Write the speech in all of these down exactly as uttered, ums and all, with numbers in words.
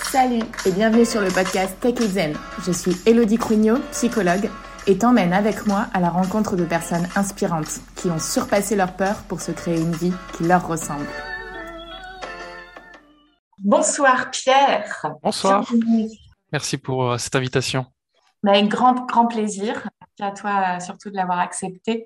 Salut et bienvenue sur le podcast Tech et Zen. Je suis Elodie Crugnot, psychologue, et t'emmène avec moi à la rencontre de personnes inspirantes qui ont surpassé leur peur pour se créer une vie qui leur ressemble. Bonsoir Pierre. Bonsoir. Bienvenue. Merci pour euh, cette invitation. Avec grand, grand plaisir. Merci à toi euh, surtout de l'avoir accepté.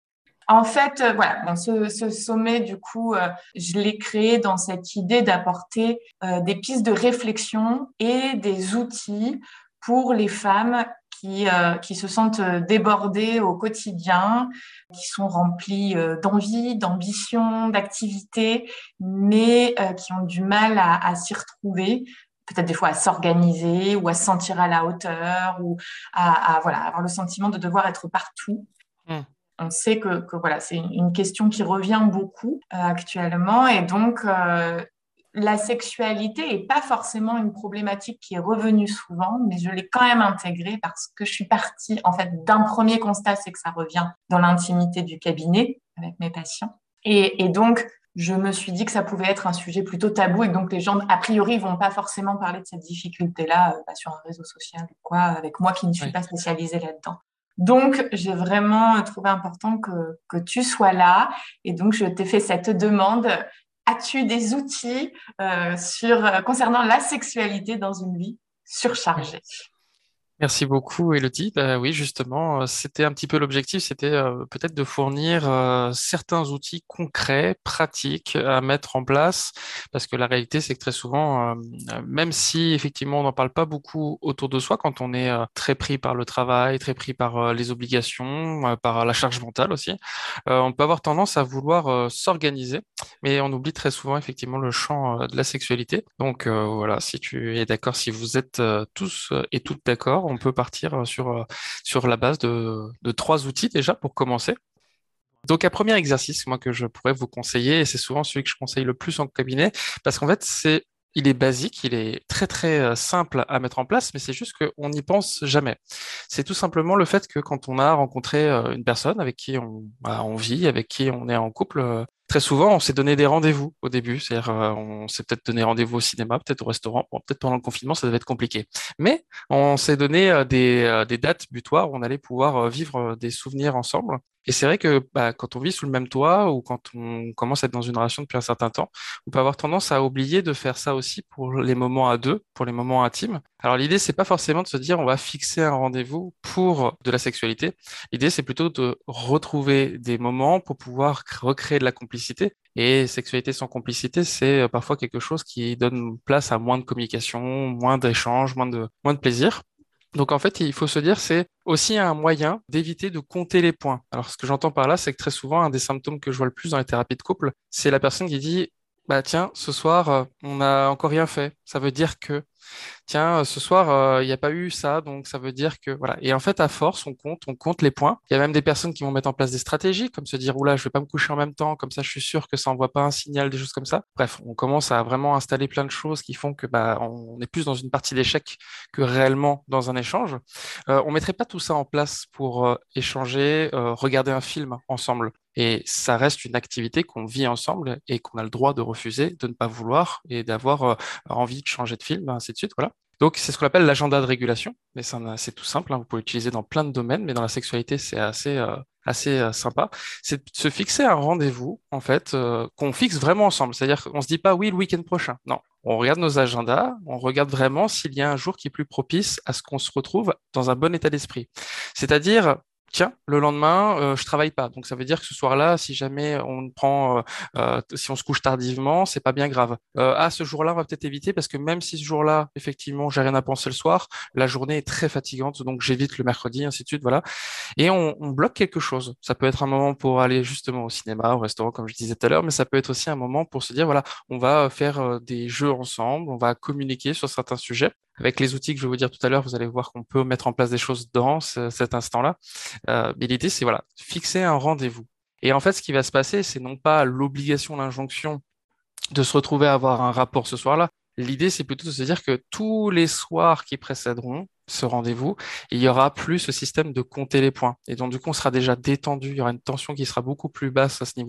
En fait, euh, voilà, bon, ce, ce sommet, du coup, euh, je l'ai créé dans cette idée d'apporter euh, des pistes de réflexion et des outils pour les femmes qui, euh, qui se sentent débordées au quotidien, qui sont remplies euh, d'envie, d'ambition, d'activité, mais euh, qui ont du mal à, à s'y retrouver, peut-être des fois à s'organiser ou à se sentir à la hauteur ou à, à voilà, avoir le sentiment de devoir être partout. Mm. On sait que, que voilà, c'est une question qui revient beaucoup euh, actuellement, et donc euh, la sexualité n'est pas forcément une problématique qui est revenue souvent, mais je l'ai quand même intégrée parce que je suis partie en fait d'un premier constat, c'est que ça revient dans l'intimité du cabinet avec mes patients, et, et donc je me suis dit que ça pouvait être un sujet plutôt tabou et que donc les gens a priori vont pas forcément parler de cette difficulté-là euh, bah, sur un réseau social ou quoi, avec moi qui ne suis Oui. pas spécialisée là-dedans. Donc, j'ai vraiment trouvé important que, que tu sois là. Et donc, je t'ai fait cette demande. As-tu des outils euh, sur, euh, concernant la sexualité dans une vie Oui. surchargée? Merci beaucoup, Elodie. Bah oui, justement, euh, c'était un petit peu l'objectif, c'était euh, peut-être de fournir euh, certains outils concrets, pratiques à mettre en place, parce que la réalité, c'est que très souvent, euh, euh, même si effectivement on n'en parle pas beaucoup autour de soi, quand on est euh, très pris par le travail, très pris par euh, les obligations, euh, par la charge mentale aussi, euh, on peut avoir tendance à vouloir euh, s'organiser, mais on oublie très souvent effectivement le champ euh, de la sexualité. Donc euh, voilà, si tu es d'accord, si vous êtes euh, tous euh, et toutes d'accord, on peut partir euh, sur, euh, sur la base de, de trois outils déjà pour commencer. Donc, un premier exercice, moi, que je pourrais vous conseiller, et c'est souvent celui que je conseille le plus en cabinet, parce qu'en fait, c'est, il est basique, il est très, très euh, simple à mettre en place, mais c'est juste qu'on n'y pense jamais. C'est tout simplement le fait que quand on a rencontré euh, une personne avec qui on, bah, on vit, avec qui on est en couple, euh, très souvent, on s'est donné des rendez-vous au début. C'est-à-dire, euh, on s'est peut-être donné rendez-vous au cinéma, peut-être au restaurant. Bon, peut-être pendant le confinement, ça devait être compliqué. Mais on s'est donné euh, des, euh, des dates butoirs où on allait pouvoir euh, vivre euh, des souvenirs ensemble. Et c'est vrai que bah, quand on vit sous le même toit ou quand on commence à être dans une relation depuis un certain temps, on peut avoir tendance à oublier de faire ça aussi pour les moments à deux, pour les moments intimes. Alors l'idée, c'est pas forcément de se dire on va fixer un rendez-vous pour de la sexualité. L'idée, c'est plutôt de retrouver des moments pour pouvoir cr- recréer de la complicité. Et sexualité sans complicité, c'est euh, parfois quelque chose qui donne place à moins de communication, moins d'échanges, moins de, moins de plaisir. Donc en fait, il faut se dire, c'est aussi un moyen d'éviter de compter les points. Alors ce que j'entends par là, c'est que très souvent, un des symptômes que je vois le plus dans les thérapies de couple, c'est la personne qui dit, bah tiens, ce soir, euh, on n'a encore rien fait. Ça veut dire que tiens, euh, ce soir, euh, il n'y a pas eu ça, donc ça veut dire que voilà. Et en fait, à force, on compte, on compte les points. Il y a même des personnes qui vont mettre en place des stratégies, comme se dire, oula, je vais pas me coucher en même temps, comme ça, je suis sûr que ça envoie pas un signal, des choses comme ça. Bref, on commence à vraiment installer plein de choses qui font que bah, on est plus dans une partie d'échec que réellement dans un échange. Euh, on mettrait pas tout ça en place pour euh, échanger, euh, regarder un film ensemble. Et ça reste une activité qu'on vit ensemble et qu'on a le droit de refuser, de ne pas vouloir et d'avoir euh, envie de changer de film, ainsi de suite. Voilà. Donc, c'est ce qu'on appelle l'agenda de régulation. Mais c'est un- c'est tout simple, hein. Vous pouvez l'utiliser dans plein de domaines, mais dans la sexualité, c'est assez, euh, assez euh, sympa. C'est de se fixer un rendez-vous, en fait, euh, qu'on fixe vraiment ensemble. C'est-à-dire qu'on se dit pas oui le week-end prochain. Non. On regarde nos agendas, on regarde vraiment s'il y a un jour qui est plus propice à ce qu'on se retrouve dans un bon état d'esprit. C'est-à-dire, tiens, le lendemain, euh, je travaille pas. Donc ça veut dire que ce soir-là, si jamais on prend, euh, euh, si on se couche tardivement, c'est pas bien grave. Euh, ah, ce jour-là, on va peut-être éviter parce que même si ce jour-là, effectivement, j'ai rien à penser le soir, la journée est très fatigante, donc j'évite le mercredi, ainsi de suite, voilà. Et on, on bloque quelque chose. Ça peut être un moment pour aller justement au cinéma, au restaurant, comme je disais tout à l'heure, mais ça peut être aussi un moment pour se dire, voilà, on va faire euh, des jeux ensemble, on va communiquer sur certains sujets. Avec les outils que je vais vous dire tout à l'heure, vous allez voir qu'on peut mettre en place des choses dans ce- cet instant-là. Euh, mais l'idée, c'est voilà, fixer un rendez-vous. Et en fait, ce qui va se passer, c'est non pas l'obligation, l'injonction de se retrouver à avoir un rapport ce soir-là. L'idée, c'est plutôt de se dire que tous les soirs qui précéderont ce rendez-vous, il y aura plus ce système de compter les points. Et donc, du coup, on sera déjà détendu, il y aura une tension qui sera beaucoup plus basse à ce niveau-là.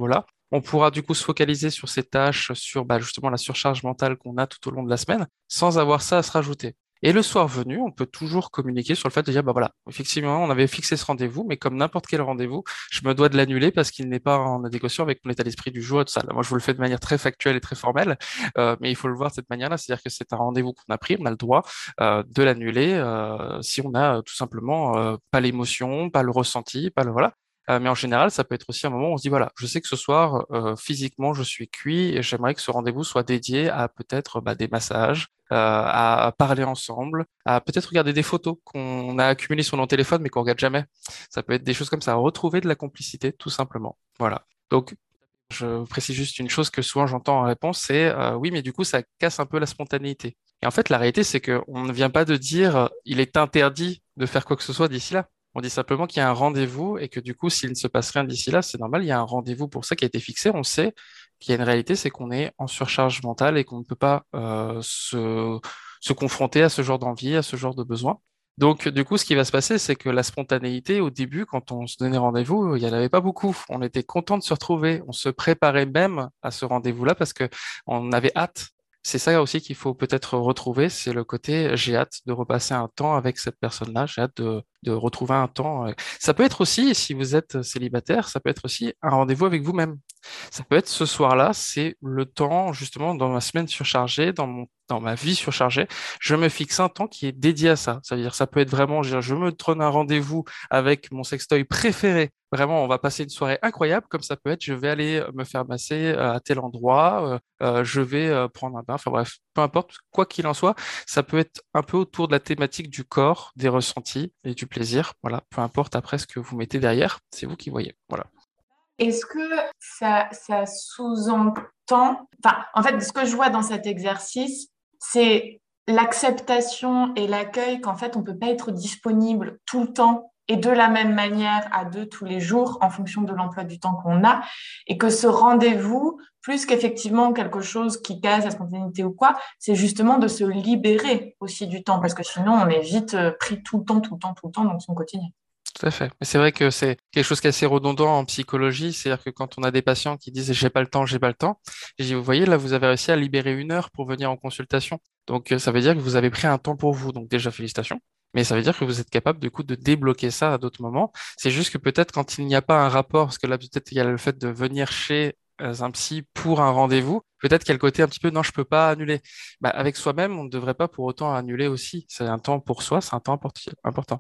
On pourra du coup se focaliser sur ces tâches, sur bah, justement la surcharge mentale qu'on a tout au long de la semaine, sans avoir ça à se rajouter. Et le soir venu, on peut toujours communiquer sur le fait de dire, bah voilà, effectivement, on avait fixé ce rendez-vous, mais comme n'importe quel rendez-vous, je me dois de l'annuler parce qu'il n'est pas en adéquation avec mon état d'esprit du jour et tout ça. Là, moi, je vous le fais de manière très factuelle et très formelle, euh, mais il faut le voir de cette manière-là, c'est-à-dire que c'est un rendez-vous qu'on a pris, on a le droit euh, de l'annuler euh, si on a euh, tout simplement euh, pas l'émotion, pas le ressenti, pas le voilà. Euh, mais en général, ça peut être aussi un moment où on se dit, voilà, je sais que ce soir, euh, physiquement, je suis cuit et j'aimerais que ce rendez-vous soit dédié à peut-être bah, des massages, euh, à parler ensemble, à peut-être regarder des photos qu'on a accumulées sur nos téléphones mais qu'on regarde jamais. Ça peut être des choses comme ça, retrouver de la complicité, tout simplement. Voilà. Donc, je précise juste une chose que souvent j'entends en réponse, c'est euh, oui, mais du coup, ça casse un peu la spontanéité. Et en fait, la réalité, c'est qu'on ne vient pas de dire euh, il est interdit de faire quoi que ce soit d'ici là. On dit simplement qu'il y a un rendez-vous et que du coup, s'il ne se passe rien d'ici là, c'est normal, il y a un rendez-vous pour ça qui a été fixé. On sait qu'il y a une réalité, c'est qu'on est en surcharge mentale et qu'on ne peut pas euh, se, se confronter à ce genre d'envie, à ce genre de besoin. Donc, du coup, ce qui va se passer, c'est que la spontanéité, au début, quand on se donnait rendez-vous, il n'y en avait pas beaucoup. On était content de se retrouver. On se préparait même à ce rendez-vous-là parce que on avait hâte. C'est ça aussi qu'il faut peut-être retrouver, c'est le côté j'ai hâte de repasser un temps avec cette personne-là, j'ai hâte de, de retrouver un temps. euh. Ça peut être aussi, si vous êtes célibataire, ça peut être aussi un rendez-vous avec vous-même. Ça peut être ce soir-là, c'est le temps justement dans ma semaine surchargée, dans mon, dans ma vie surchargée, je me fixe un temps qui est dédié à ça. Ça veut dire, ça peut être vraiment, je, je me donne un rendez-vous avec mon sextoy préféré. Vraiment, on va passer une soirée incroyable, comme ça peut être, je vais aller me faire masser euh, à tel endroit, euh, euh, je vais euh, prendre un bain, enfin bref, peu importe, quoi qu'il en soit, ça peut être un peu autour de la thématique du corps, des ressentis et du plaisir. Voilà, peu importe après ce que vous mettez derrière, c'est vous qui voyez. Voilà. Est-ce que ça, ça sous-entend, enfin, en fait, ce que je vois dans cet exercice, c'est l'acceptation et l'accueil qu'en fait, on peut pas être disponible tout le temps et de la même manière à deux tous les jours en fonction de l'emploi du temps qu'on a, et que ce rendez-vous, plus qu'effectivement quelque chose qui casse la spontanéité ou quoi, c'est justement de se libérer aussi du temps, parce que sinon, on est vite euh, pris tout le temps, tout le temps, tout le temps dans son quotidien. Tout à fait. Mais c'est vrai que c'est quelque chose qui est assez redondant en psychologie. C'est-à-dire que quand on a des patients qui disent j'ai pas le temps, j'ai pas le temps, je dis, vous voyez, là, vous avez réussi à libérer une heure pour venir en consultation. Donc, euh, ça veut dire que vous avez pris un temps pour vous. Donc, déjà, félicitations. Mais ça veut dire que vous êtes capable, du coup, de débloquer ça à d'autres moments. C'est juste que peut-être quand il n'y a pas un rapport, parce que là, peut-être il y a le fait de venir chez euh, un psy pour un rendez-vous, peut-être qu'il y a le côté un petit peu non, je peux pas annuler. Bah, avec soi-même, on ne devrait pas pour autant annuler aussi. C'est un temps pour soi, c'est un temps import- important.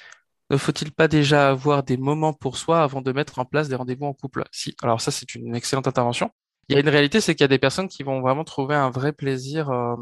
Ne faut-il pas déjà avoir des moments pour soi avant de mettre en place des rendez-vous en couple? Si, alors ça, c'est une excellente intervention. Il y a une réalité, c'est qu'il y a des personnes qui vont vraiment trouver un vrai plaisir euh,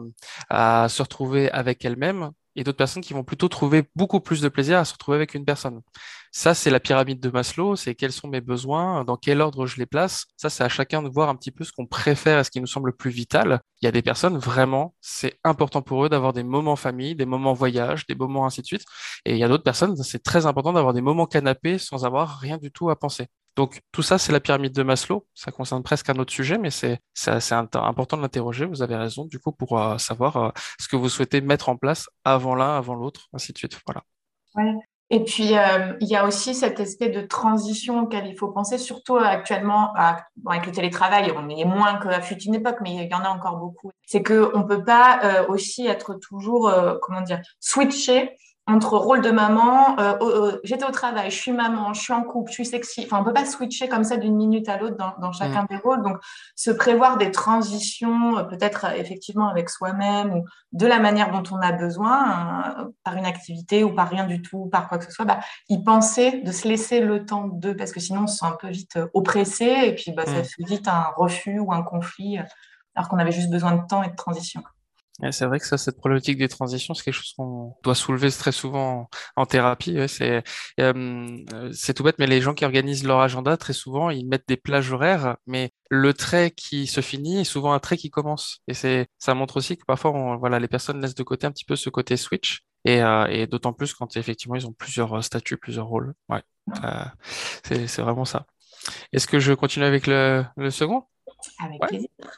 à se retrouver avec elles-mêmes et d'autres personnes qui vont plutôt trouver beaucoup plus de plaisir à se retrouver avec une personne. Ça, c'est la pyramide de Maslow, c'est quels sont mes besoins, dans quel ordre je les place. Ça, c'est à chacun de voir un petit peu ce qu'on préfère et ce qui nous semble le plus vital. Il y a des personnes, vraiment, c'est important pour eux d'avoir des moments famille, des moments voyage, des moments ainsi de suite. Et il y a d'autres personnes, c'est très important d'avoir des moments canapés sans avoir rien du tout à penser. Donc tout ça, c'est la pyramide de Maslow. Ça concerne presque un autre sujet, mais c'est c'est assez int- important de l'interroger. Vous avez raison, du coup, pour euh, savoir euh, ce que vous souhaitez mettre en place avant l'un, avant l'autre, ainsi de suite. Voilà. Ouais. Et puis, euh, il y a aussi cet aspect de transition auquel il faut penser, surtout euh, actuellement à- bon, avec le télétravail, on est moins qu'à fut une époque, mais il y en a encore beaucoup. C'est qu'on ne peut pas euh, aussi être toujours, euh, comment dire, switché entre rôle de maman, euh, oh, oh, j'étais au travail, je suis maman, je suis en couple, je suis sexy. Enfin, on ne peut pas switcher comme ça d'une minute à l'autre dans, dans Mm. chacun des rôles. Donc, se prévoir des transitions, euh, peut-être euh, effectivement avec soi-même ou de la manière dont on a besoin, euh, par une activité ou par rien du tout, par quoi que ce soit, bah, y penser, de se laisser le temps d'eux, parce que sinon on se sent un peu vite euh, oppressé et puis bah, ça Mm. fait vite un refus ou un conflit, euh, alors qu'on avait juste besoin de temps et de transition. Ouais, c'est vrai que ça, cette problématique des transitions, c'est quelque chose qu'on doit soulever très souvent en, en thérapie. Ouais, c'est euh, euh, c'est tout bête, mais les gens qui organisent leur agenda, très souvent, ils mettent des plages horaires, mais le trait qui se finit est souvent un trait qui commence. Et c'est, ça montre aussi que parfois, on- voilà, les personnes laissent de côté un petit peu ce côté switch, et, euh, et d'autant plus quand effectivement ils ont plusieurs euh, statuts, plusieurs rôles. Ouais, ça- c'est c'est vraiment ça. Est-ce que je continue avec le, le second? Avec Ouais. plaisir.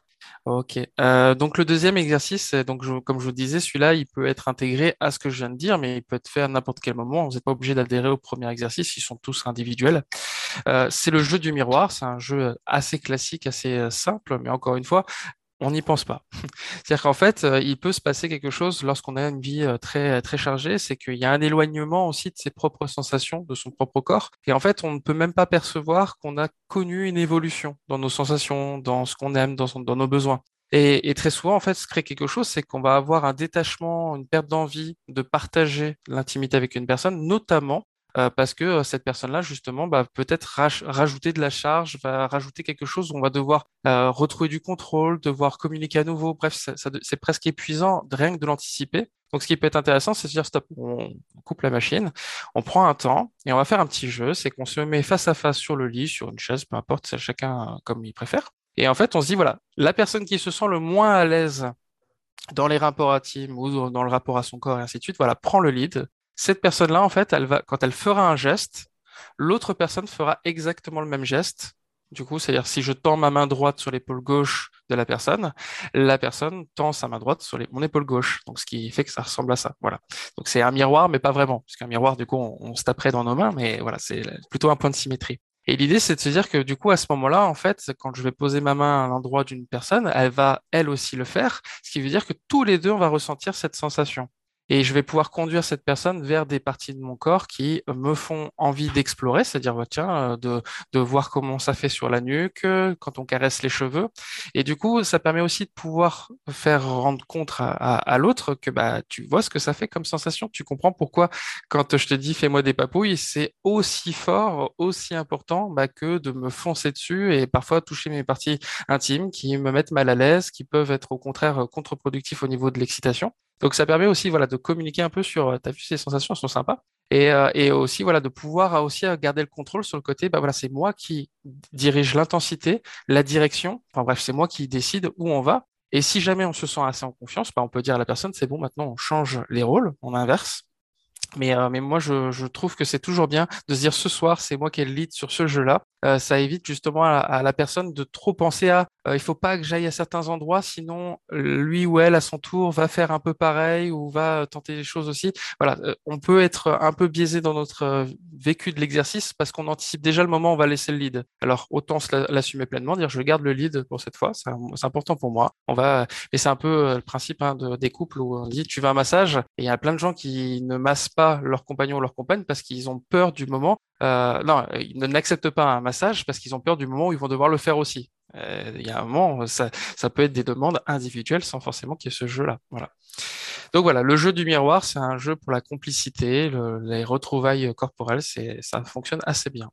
Ok. Euh, donc le deuxième exercice, c'est donc je- comme je vous disais, celui-là, il peut être intégré à ce que je viens de dire, mais il peut être fait à n'importe quel moment. Vous n'êtes pas obligé d'adhérer au premier exercice, ils sont tous individuels. Euh, c'est le jeu du miroir. C'est un jeu assez classique, assez euh, simple, mais encore une fois, on n'y pense pas. C'est-à-dire qu'en fait, euh, il peut se passer quelque chose lorsqu'on a une vie euh, très très chargée, c'est qu'il y a un éloignement aussi de ses propres sensations, de son propre corps, et en fait, on ne peut même pas percevoir qu'on a connu une évolution dans nos sensations, dans ce qu'on aime, dans son- dans nos besoins. Et, et très souvent, en fait, se crée quelque chose, c'est qu'on va avoir un détachement, une perte d'envie de partager l'intimité avec une personne, notamment euh, parce que euh, cette personne-là, justement, bah, peut-être raj- rajouter de la charge, va rajouter quelque chose où on va devoir euh, retrouver du contrôle, devoir communiquer à nouveau. Bref, ça- ça de- c'est presque épuisant de rien que de l'anticiper. Donc, ce qui peut être intéressant, c'est de se dire, stop, on on coupe la machine, on prend un temps et on va faire un petit jeu. C'est qu'on se met face à face sur le lit, sur une chaise, peu importe, c'est chacun euh, comme il préfère. Et en fait, on se dit, voilà, la personne qui se sent le moins à l'aise dans les rapports intimes ou dans dans le rapport à son corps et ainsi de suite, voilà, prend le lead. Cette personne-là, en fait, elle va, quand elle fera un geste, l'autre personne fera exactement le même geste. Du coup, c'est-à-dire si je tends ma main droite sur l'épaule gauche de la personne, la personne tend sa main droite sur les- mon épaule gauche. Donc, ce qui fait que ça ressemble à ça. Voilà. Donc, c'est un miroir, mais pas vraiment. Parce qu'un miroir, du coup, on, on se taperait dans nos mains, mais voilà, c'est plutôt un point de symétrie. Et l'idée, c'est de se dire que du coup, à ce moment-là, en fait, quand je vais poser ma main à l'endroit d'une personne, elle va elle aussi le faire, ce qui veut dire que tous les deux, on va ressentir cette sensation. Et je vais pouvoir conduire cette personne vers des parties de mon corps qui me font envie d'explorer, c'est-à-dire, bah, tiens, euh, de, de voir comment ça fait sur la nuque, euh, quand on caresse les cheveux. Et du coup, ça permet aussi de pouvoir faire rendre compte à, à, à l'autre que bah, tu vois ce que ça fait comme sensation. Tu comprends pourquoi, quand je te dis fais-moi des papouilles, c'est aussi fort, aussi important bah, que de me foncer dessus et parfois toucher mes parties intimes qui me mettent mal à l'aise, qui peuvent être au contraire contre-productifs au niveau de l'excitation. Donc ça permet aussi voilà de communiquer un peu sur euh, t'as vu ces sensations elles sont sympas et, euh, et aussi voilà de pouvoir euh, aussi euh, garder le contrôle sur le côté bah voilà c'est moi qui dirige l'intensité, la direction, enfin bref c'est moi qui décide où on va et si jamais on se sent assez en confiance bah on peut dire à la personne c'est bon maintenant on change les rôles, on inverse mais, euh, mais moi, je, je trouve que c'est toujours bien de se dire ce soir, c'est moi qui ai le lead sur ce jeu-là. Euh, ça évite justement à, à la personne de trop penser à euh, il faut pas que j'aille à certains endroits, sinon lui ou elle, à son tour, va faire un peu pareil ou va tenter les choses aussi. Voilà, euh, on peut être un peu biaisé dans notre euh, vécu de l'exercice parce qu'on anticipe déjà le moment où on va laisser le lead. Alors, autant se la- l'assumer pleinement, dire je garde le lead pour cette fois, c'est un- c'est important pour moi. On va, et c'est un peu euh, le principe hein, de, des couples où on dit tu veux un massage et il y a plein de gens qui ne massent pas leur compagnon ou leur compagne parce qu'ils ont peur du moment. Euh, non, ils ne n'acceptent pas un massage parce qu'ils ont peur du moment où ils vont devoir le faire aussi. Euh, Il y a un moment, ça, ça peut être des demandes individuelles sans forcément qu'il y ait ce jeu-là. Voilà. Donc voilà, le jeu du miroir, c'est un jeu pour la complicité, le- les retrouvailles corporelles, c'est, ça fonctionne assez bien.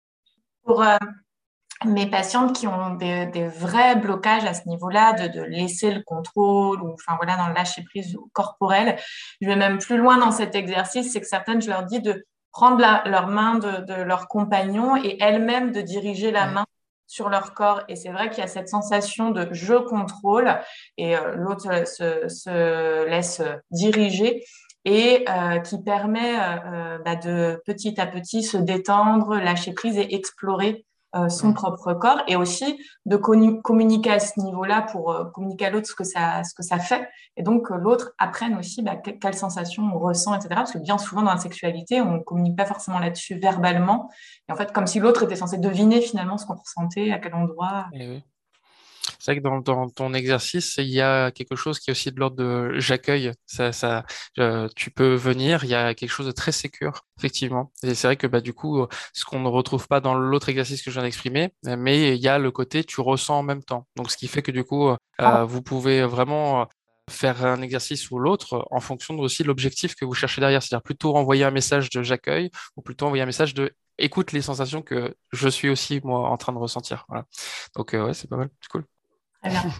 Pour euh, mes patientes qui ont des, des vrais blocages à ce niveau-là, de, de laisser le contrôle, ou enfin voilà, dans le lâcher-prise corporel, je vais même plus loin dans cet exercice, c'est que certaines, je leur dis de prendre la- leur main de, de leur compagnon et elles-mêmes de diriger la Mhm. main sur leur corps. Et c'est vrai qu'il y a cette sensation de je contrôle et euh, l'autre se, se laisse diriger et euh, qui permet euh, euh, bah, de petit à petit se détendre, lâcher prise et explorer euh, son Mhm. propre corps et aussi de commu- communiquer à ce niveau-là pour euh, communiquer à l'autre ce que ça, ce que ça fait et donc que l'autre apprenne aussi bah, que- quelles sensations on ressent, et cetera. Parce que bien souvent dans la sexualité, on ne communique pas forcément là-dessus verbalement. Et en fait, comme si l'autre était censé deviner finalement ce qu'on ressentait, à quel endroit. Eh oui. C'est vrai que dans, dans ton exercice, il y a quelque chose qui est aussi de l'ordre de j'accueille. Ça, ça, euh, tu peux venir. Il y a quelque chose de très sécure, effectivement. Et c'est vrai que bah du coup, ce qu'on ne retrouve pas dans l'autre exercice que je viens d'exprimer, euh, mais il y a le côté tu ressens en même temps. Donc ce qui fait que du coup, euh, vous pouvez vraiment euh, faire un exercice ou l'autre en fonction de aussi de l'objectif que vous cherchez derrière. C'est-à-dire plutôt envoyer un message de j'accueille ou plutôt envoyer un message de écoute les sensations que je suis aussi moi en train de ressentir. Voilà. Donc euh, ouais, c'est pas mal, c'est cool. Très bien.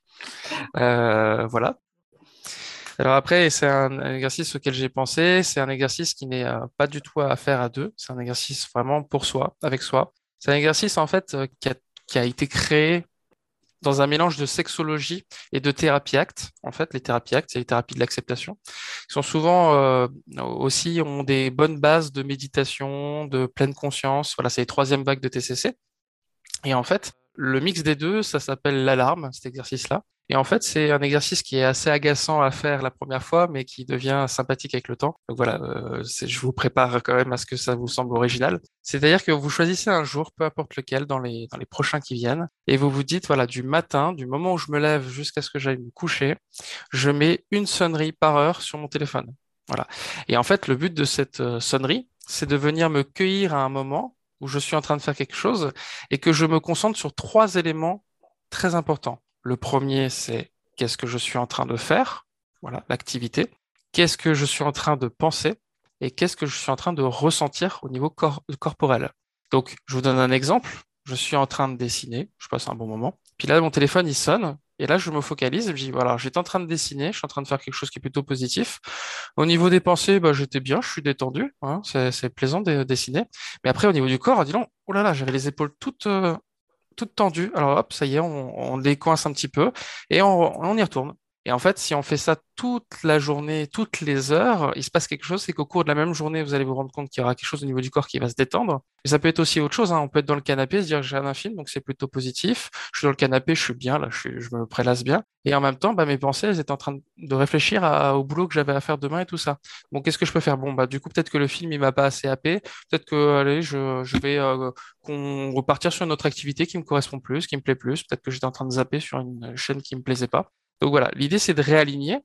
Euh, voilà. Alors après, c'est un, un exercice auquel j'ai pensé. C'est un exercice qui n'est euh, pas du tout à faire à deux. C'est un exercice vraiment pour soi, avec soi. C'est un exercice en fait euh, qui a, qui a été créé dans un mélange de sexologie et de thérapie acte. En fait, les thérapies actes, c'est les thérapies de l'acceptation, qui sont souvent euh, aussi ont des bonnes bases de méditation, de pleine conscience. Voilà, c'est les troisième vagues de T C C. Et en fait, Le mix des deux, ça s'appelle l'alarme, cet exercice-là. Et en fait, c'est un exercice qui est assez agaçant à faire la première fois, mais qui devient sympathique avec le temps. Donc voilà, euh, c'est- je vous prépare quand même à ce que ça vous semble original. C'est-à-dire que vous choisissez un jour, peu importe lequel, dans les, dans les prochains qui viennent, et vous vous dites, voilà, du matin, du moment où je me lève jusqu'à ce que j'aille me coucher, je mets une sonnerie par heure sur mon téléphone. Voilà. Et en fait, le but de cette euh, sonnerie, c'est de venir me cueillir à un moment où je suis en train de faire quelque chose et que je me concentre sur trois éléments très importants. Le premier, c'est qu'est-ce que je suis en train de faire? Voilà, l'activité. Qu'est-ce que je suis en train de penser? Et qu'est-ce que je suis en train de ressentir au niveau cor- corporel? Donc, je vous donne un exemple. Je suis en train de dessiner, je passe un bon moment. Puis là, mon téléphone, il sonne. Et là, je me focalise et je dis, voilà, j'étais en train de dessiner, je suis en train de faire quelque chose qui est plutôt positif. Au niveau des pensées, bah, j'étais bien, je suis détendu, hein, c'est, c'est plaisant de dessiner. Mais après, au niveau du corps, dis donc, oh là là, j'avais les épaules toutes, euh, toutes tendues. Alors hop, ça y est, on, on les coince un petit peu et on, on y retourne. Et en fait, si on fait ça toute la journée, toutes les heures, il se passe quelque chose, c'est qu'au cours de la même journée, vous allez vous rendre compte qu'il y aura quelque chose au niveau du corps qui va se détendre. Et ça peut être aussi autre chose, hein. On peut être dans le canapé, se dire que j'ai un film, donc c'est plutôt positif. Je suis dans le canapé, je suis bien, là, je, suis- je me prélasse bien. Et en même temps, bah, mes pensées, elles étaient en train de réfléchir à- au boulot que j'avais à faire demain et tout ça. Bon, qu'est-ce que je peux faire? Bon, bah, du coup, peut-être que le film, il m'a pas assez happé. Peut-être que, allez, je, je vais euh, qu'on repartir sur une autre activité qui me correspond plus, qui me plaît plus. Peut-être que j'étais en train de zapper sur une chaîne qui me plaisait pas. Donc voilà, l'idée c'est de réaligner.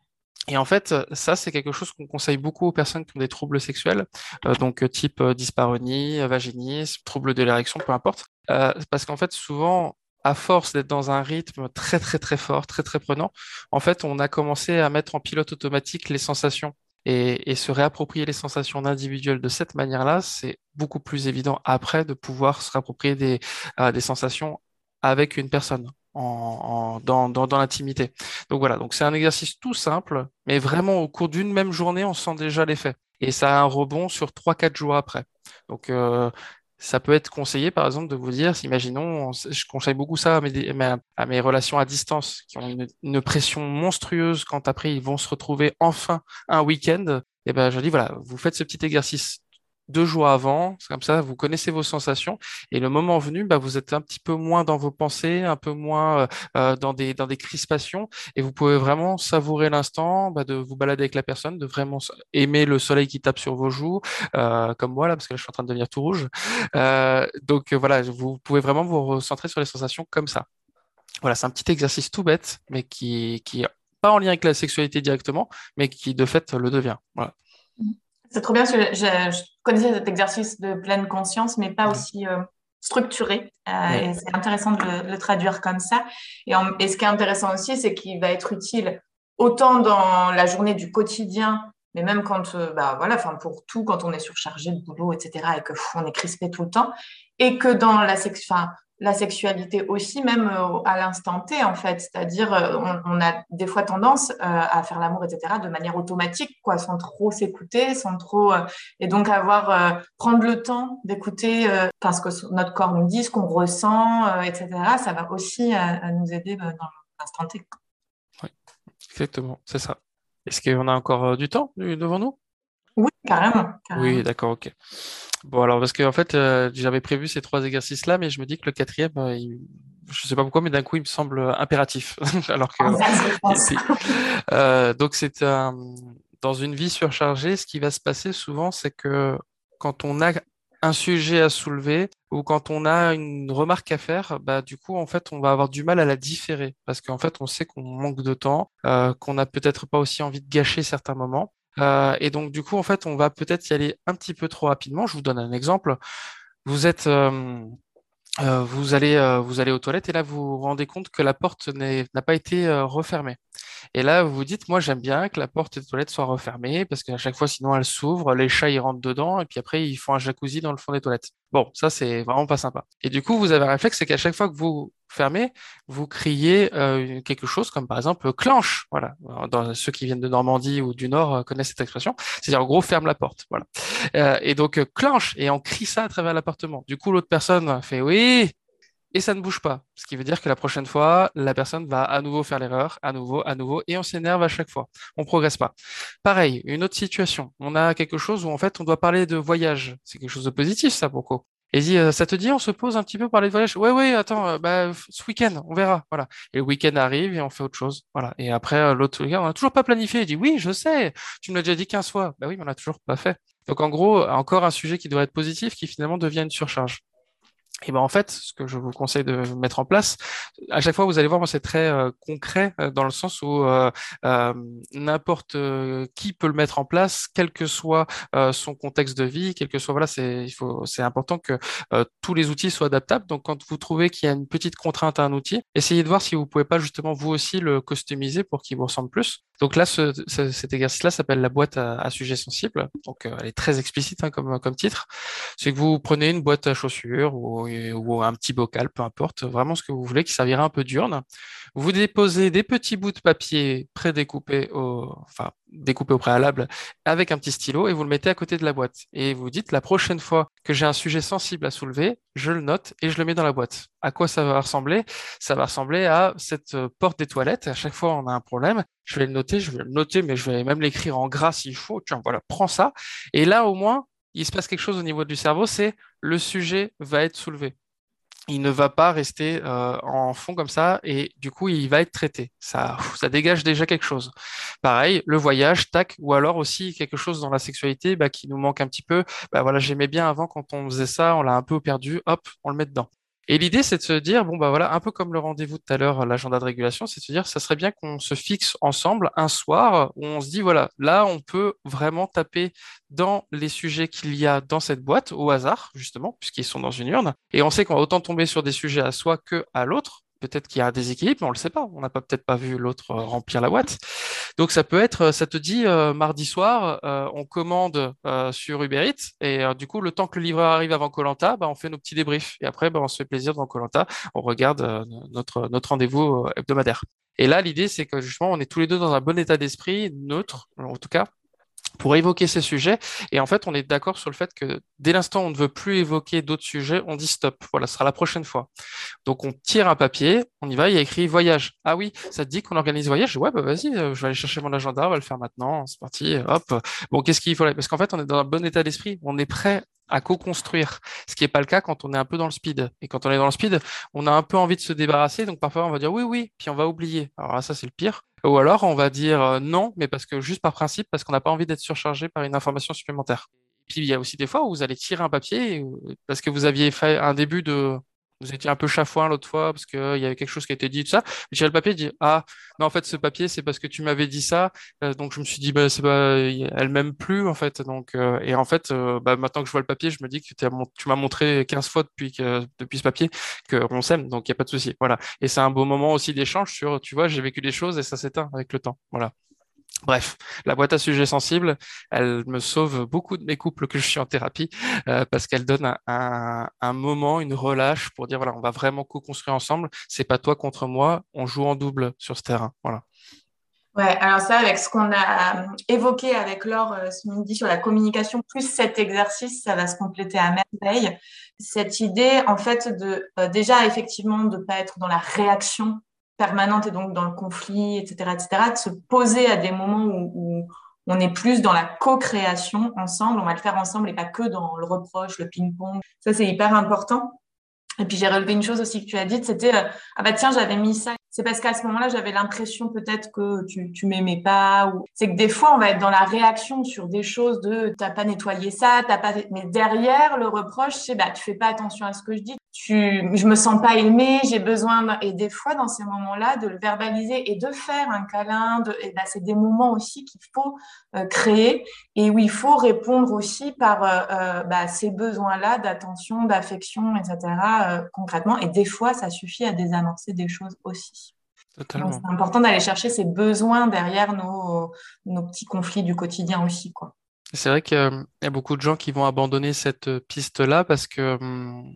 Et en fait, ça, c'est quelque chose qu'on conseille beaucoup aux personnes qui ont des troubles sexuels, euh, donc euh, type euh, dyspareunie, euh, vaginisme, trouble de l'érection, peu importe. Euh, parce qu'en fait, souvent, à force d'être dans un rythme très, très, très fort, très, très prenant, en fait, on a commencé à mettre en pilote automatique les sensations. Et, et se réapproprier les sensations individuelles de cette manière-là, c'est beaucoup plus évident après de pouvoir se réapproprier des, euh, des sensations avec une personne en, en- dans, dans, dans l'intimité. Donc voilà, donc c'est un exercice tout simple, mais vraiment au cours d'une même journée, on sent déjà l'effet. Et ça a un rebond sur trois quatre jours après. Donc euh, ça peut être conseillé, par exemple, de vous dire, imaginons, je conseille beaucoup ça à mes, à mes relations à distance, qui ont une, une pression monstrueuse quand après ils vont se retrouver enfin un week-end. Et ben je dis, voilà, vous faites ce petit exercice deux jours avant, c'est comme ça, vous connaissez vos sensations, et le moment venu, bah, vous êtes un petit peu moins dans vos pensées, un peu moins euh, euh, dans des, dans des crispations, et vous pouvez vraiment savourer l'instant, bah, de vous balader avec la personne, de vraiment s- aimer le soleil qui tape sur vos joues, euh, comme moi là, parce que là, je suis en train de devenir tout rouge. Euh, donc euh, voilà, vous pouvez vraiment vous recentrer sur les sensations comme ça. Voilà, c'est un petit exercice tout bête, mais qui, qui est pas en lien avec la sexualité directement, mais qui de fait le devient. Voilà. C'est trop bien, parce que je, je connaissais cet exercice de pleine conscience, mais pas Ouais. aussi euh, structuré. Euh, Ouais. et c'est intéressant de le, le traduire comme ça. Et, en- et ce qui est intéressant aussi, c'est qu'il va être utile autant dans la journée du quotidien, mais même quand, euh, bah voilà, enfin pour tout, quand on est surchargé de boulot, et cetera, et que pff, on est crispé tout le temps, et que dans la sex, enfin, la sexualité aussi, même euh, à l'instant T, en fait. C'est-à-dire, euh, on, on a des fois tendance euh, à faire l'amour, et cetera, de manière automatique, quoi, sans trop s'écouter, sans trop. Euh, et donc, avoir, euh, prendre le temps d'écouter euh, parce que notre corps nous dit, ce qu'on ressent, euh, et cetera, ça va aussi à, à nous aider euh, dans l'instant T. Ouais. Exactement, c'est ça. Est-ce qu'on a encore euh, du temps euh, devant nous? Oui, carrément, carrément. Oui, d'accord, ok. Bon, alors, parce que en fait, euh, j'avais prévu ces trois exercices-là, mais je me dis que le quatrième, euh, il- je sais pas pourquoi, mais d'un coup, il me semble euh, impératif. Alors que, Inverse, je il pense. était- Euh, donc, c'est un... dans une vie surchargée, ce qui va se passer souvent, c'est que quand on a un sujet à soulever ou quand on a une remarque à faire, bah, du coup, en fait, on va avoir du mal à la différer parce qu'en fait, on sait qu'on manque de temps, euh, qu'on n'a peut-être pas aussi envie de gâcher certains moments. Euh, et donc, du coup, en fait, on va peut-être y aller un petit peu trop rapidement. Je vous donne un exemple. Vous êtes, euh, euh, vous allez, euh, vous allez aux toilettes et là, vous vous rendez compte que la porte n'est- n'a pas été euh, refermée. Et là, vous vous dites, moi, j'aime bien que la porte des toilettes soit refermée parce qu'à chaque fois, sinon, elle s'ouvre, les chats, ils rentrent dedans et puis après, ils font un jacuzzi dans le fond des toilettes. Bon, ça, c'est vraiment pas sympa. Et du coup, vous avez un réflexe, c'est qu'à chaque fois que vous fermez, vous criez euh, quelque chose comme par exemple clenche. Voilà. Alors, dans, ceux qui viennent de Normandie ou du Nord euh, connaissent cette expression. C'est-à-dire, en gros, ferme la porte. Voilà. Euh, et donc, euh, clenche. Et on crie ça à travers l'appartement. Du coup, l'autre personne fait oui et ça ne bouge pas. Ce qui veut dire que la prochaine fois, la personne va à nouveau faire l'erreur, à nouveau, à nouveau, et on s'énerve à chaque fois. On progresse pas. Pareil, une autre situation. On a quelque chose où en fait on doit parler de voyage. C'est quelque chose de positif, ça, pour quoi. Et il dit, euh, ça te dit, on se pose un petit peu parler de voyage? Ouais, ouais, attends, euh, bah, f- ce week-end, on verra. Voilà. Et le week-end arrive et on fait autre chose. Voilà. Et après, euh, l'autre week-end, on n'a toujours pas planifié. Il dit, oui, je sais, tu me l'as déjà dit quinze fois. Bah oui, mais on l'a toujours pas fait. Donc, en gros, encore un sujet qui doit être positif qui finalement devient une surcharge. Et ben en fait, ce que je vous conseille de mettre en place, à chaque fois, vous allez voir, moi, c'est très euh, concret euh, dans le sens où euh, euh, n'importe euh, qui peut le mettre en place, quel que soit euh, son contexte de vie, quel que soit, voilà, c'est il faut, c'est important que euh, tous les outils soient adaptables. Donc, quand vous trouvez qu'il y a une petite contrainte à un outil, essayez de voir si vous pouvez pas justement vous aussi le customiser pour qu'il vous ressemble plus. Donc là, ce, ce- cet exercice-là s'appelle la boîte à, à sujet sensible. Donc, euh, elle est très explicite hein, comme, comme titre. C'est que vous prenez une boîte à chaussures ou, ou un petit bocal, peu importe, vraiment ce que vous voulez, qui servira un peu d'urne. Vous déposez des petits bouts de papier prédécoupés au, enfin, découpés au préalable avec un petit stylo et vous le mettez à côté de la boîte. Et vous dites, la prochaine fois que j'ai un sujet sensible à soulever, je le note et je le mets dans la boîte. À quoi ça va ressembler? Ça va ressembler à cette euh, porte des toilettes. À chaque fois, on a un problème. Je vais le noter, je vais le noter, mais je vais même l'écrire en gras s'il faut. Tiens, voilà, prends ça. Et là, au moins, il se passe quelque chose au niveau du cerveau, c'est le sujet va être soulevé. Il ne va pas rester euh, en fond comme ça et du coup, il va être traité. Ça, ça dégage déjà quelque chose. Pareil, le voyage, tac, ou alors aussi quelque chose dans la sexualité bah, qui nous manque un petit peu. Bah voilà, j'aimais bien avant quand on faisait ça, on l'a un peu perdu, hop, on le met dedans. Et l'idée, c'est de se dire, bon, bah voilà, un peu comme le rendez-vous tout à l'heure, l'agenda de régulation, c'est de se dire, ça serait bien qu'on se fixe ensemble un soir où on se dit, voilà, là, on peut vraiment taper dans les sujets qu'il y a dans cette boîte au hasard, justement, puisqu'ils sont dans une urne. Et on sait qu'on va autant tomber sur des sujets à soi que à l'autre. Peut-être qu'il y a un déséquilibre, mais on le sait pas. On n'a pas peut-être pas vu l'autre euh, remplir la boîte. Donc ça peut être, ça te dit euh, mardi soir, euh, on commande euh, sur Uber Eats et euh, du coup le temps que le livreur arrive avant koh bah, on fait nos petits débriefs et après bah, on se fait plaisir devant koh on regarde euh, notre notre rendez-vous euh, hebdomadaire. Et là l'idée c'est que justement on est tous les deux dans un bon état d'esprit neutre en tout cas pour évoquer ces sujets. Et en fait, on est d'accord sur le fait que dès l'instant où on ne veut plus évoquer d'autres sujets, on dit stop. Voilà, ce sera la prochaine fois. Donc, on tire un papier, on y va, il y a écrit voyage. Ah oui, ça te dit qu'on organise voyage? Ouais, bah vas-y, euh, je vais aller chercher mon agenda, on va le faire maintenant. C'est parti, hop. Bon, qu'est-ce qu'il faut? Parce qu'en fait, on est dans un bon état d'esprit, on est prêt à co-construire, ce qui n'est pas le cas quand on est un peu dans le speed. Et quand on est dans le speed, on a un peu envie de se débarrasser, donc parfois on va dire oui, oui, puis on va oublier. Alors là, ça, c'est le pire. Ou alors, on va dire euh, non, mais parce que juste par principe, parce qu'on n'a pas envie d'être surchargé par une information supplémentaire. Puis il y a aussi des fois où vous allez tirer un papier euh, parce que vous aviez fait un début de, vous étiez un peu chafouin l'autre fois parce qu'il y avait quelque chose qui a été dit, tout ça. J'ai le papier, je dis, ah, mais en fait, ce papier, c'est parce que tu m'avais dit ça. Euh, donc, je me suis dit, bah, c'est pas, elle m'aime plus, en fait. Donc, euh, et en fait, euh, bah, maintenant que je vois le papier, je me dis que t'as mon- tu m'as montré quinze fois depuis que, depuis ce papier qu'on s'aime. Donc, il n'y a pas de souci. Voilà. Et c'est un beau moment aussi d'échange sur, tu vois, j'ai vécu des choses et ça s'éteint avec le temps. Voilà. Bref, la boîte à sujets sensibles, elle me sauve beaucoup de mes couples que je suis en thérapie euh, parce qu'elle donne un, un, un moment, une relâche pour dire voilà, on va vraiment co-construire ensemble. C'est pas toi contre moi, on joue en double sur ce terrain. Voilà. Ouais, alors ça, avec ce qu'on a euh, évoqué avec Laure euh, ce midi sur la communication, plus cet exercice, ça va se compléter à merveille. Cette idée, en fait, de euh, déjà effectivement de pas être dans la réaction permanente et donc dans le conflit, et cetera, et cetera, de se poser à des moments où, où on est plus dans la co-création ensemble, on va le faire ensemble et pas que dans le reproche, le ping-pong. Ça, c'est hyper important. Et puis j'ai relevé une chose aussi que tu as dite, c'était euh, ah bah tiens j'avais mis ça. C'est parce qu'à ce moment-là j'avais l'impression peut-être que tu tu m'aimais pas ou c'est que des fois on va être dans la réaction sur des choses de t'as pas nettoyé ça, t'as pas mais derrière le reproche c'est bah tu fais pas attention à ce que je dis, tu je me sens pas aimée, j'ai besoin d'un... et des fois dans ces moments-là de le verbaliser et de faire un câlin de et bah c'est des moments aussi qu'il faut euh, créer et où il faut répondre aussi par euh, euh, bah, ces besoins-là d'attention, d'affection, et cetera, euh, concrètement. Et des fois, ça suffit à désamorcer des choses aussi. Donc, Totalement. c'est important d'aller chercher ces besoins derrière nos, nos petits conflits du quotidien aussi, quoi. C'est vrai qu'il y a beaucoup de gens qui vont abandonner cette euh, piste-là parce que hum,